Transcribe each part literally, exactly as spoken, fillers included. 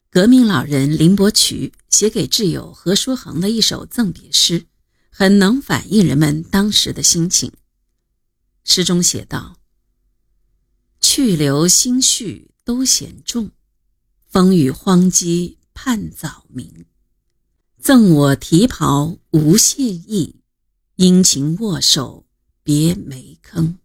革命老人林伯渠写给挚友何书衡的一首赠别诗，很能反映人们当时的心情。诗中写道：去留心绪都嫌重，风雨荒鸡盼早鸣。赠我提袍无谢意，殷勤握手别没坑。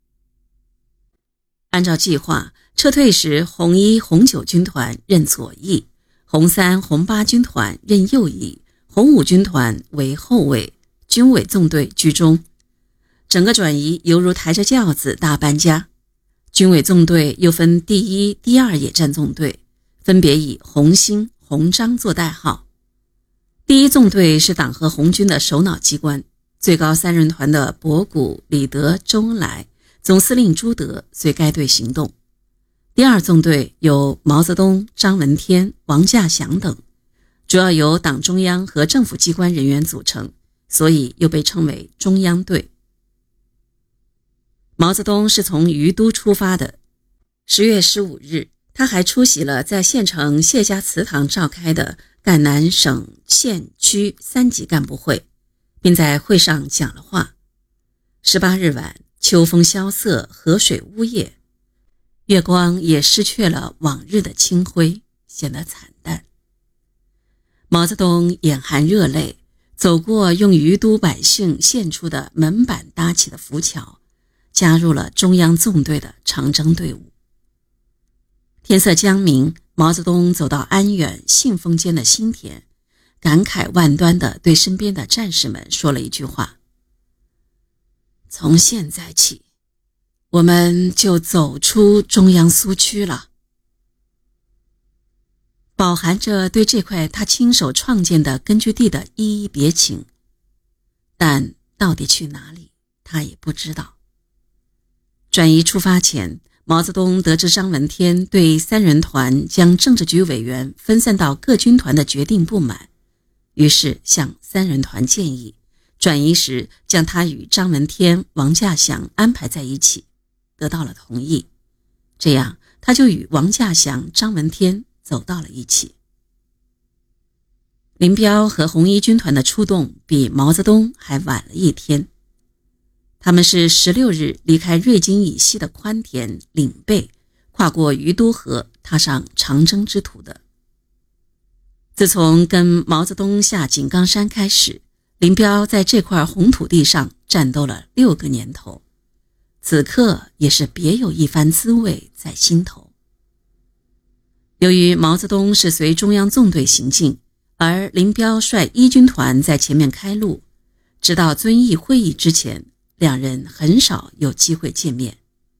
按照计划，撤退时红一、红九军团任左翼，红三、红八军团任右翼，红五军团为后卫，军委纵队居中。整个转移犹如抬着轿子大搬家。军委纵队又分第一、第二野战纵队，分别以红星、红章做代号。第一纵队是党和红军的首脑机关，最高三人团的博古、李德、周恩来，总司令朱德随该队行动。第二纵队由毛泽东、张闻天、王稼祥等，主要由党中央和政府机关人员组成，所以又被称为中央队。毛泽东是从于都出发的。十月十五日，他还出席了在县城谢家祠堂召开的赣南省县区三级干部会，并在会上讲了话。十八日晚，秋风萧瑟，河水呜咽，月光也失去了往日的清辉，显得惨淡。毛泽东眼含热泪，走过用于都百姓献出的门板搭起的浮桥，加入了中央纵队的长征队伍。天色将明，毛泽东走到安远信丰间的新田，感慨万端地对身边的战士们说了一句话：从现在起，我们就走出中央苏区了。饱含着对这块他亲手创建的根据地的依依别情，但到底去哪里，他也不知道。转移出发前，毛泽东得知张闻天对三人团将政治局委员分散到各军团的决定不满，于是向三人团建议，转移时将他与张闻天、王稼祥安排在一起，得到了同意。这样，他就与王稼祥、张闻天走到了一起。林彪和红一军团的出动比毛泽东还晚了一天。他们是十六日离开瑞金以西的宽田、岭背，跨过于都河，踏上长征之途的。自从跟毛泽东下井冈山开始，林彪在这块红土地上战斗了六个年头，此刻也是别有一番滋味在心头。由于毛泽东是随中央纵队行进，而林彪率一军团在前面开路，直到遵义会议之前，两人很少有机会见面。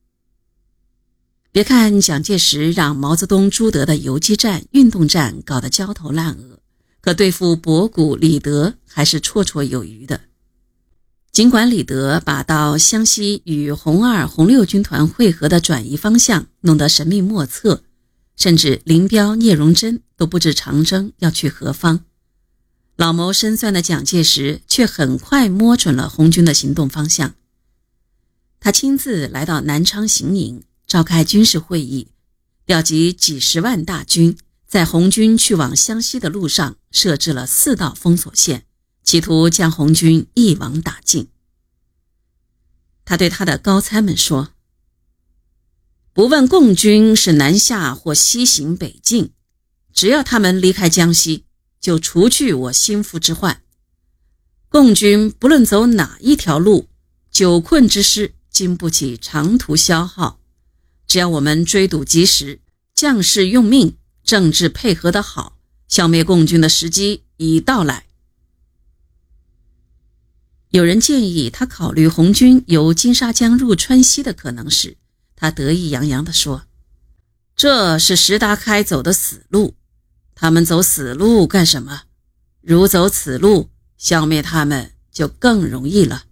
别看蒋介石让毛泽东、朱德的游击战、运动战搞得焦头烂额，可对付博古、李德还是绰绰有余的。尽管李德把到湘西与红二、红六军团会合的转移方向弄得神秘莫测，甚至林彪、聂荣臻都不知长征要去何方，老谋深算的蒋介石却很快摸准了红军的行动方向。他亲自来到南昌行营，召开军事会议，调集几十万大军，在红军去往湘西的路上设置了四道封锁线，企图将红军一网打尽。他对他的高参们说：不问共军是南下或西行北进，只要他们离开江西，就除去我心腹之患。共军不论走哪一条路，久困之师经不起长途消耗，只要我们追堵及时，将士用命，政治配合得好，消灭共军的时机已到来。有人建议他考虑红军由金沙江入川西的可能时，他得意洋洋地说：这是石达开走的死路，他们走死路干什么？如走此路，消灭他们就更容易了。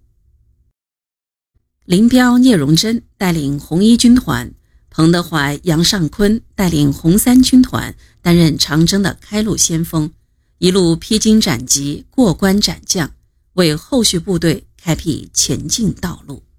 林彪、聂荣臻带领红一军团，彭德怀、杨尚昆带领红三军团担任长征的开路先锋，一路披荆斩棘，过关斩将，为后续部队开辟前进道路。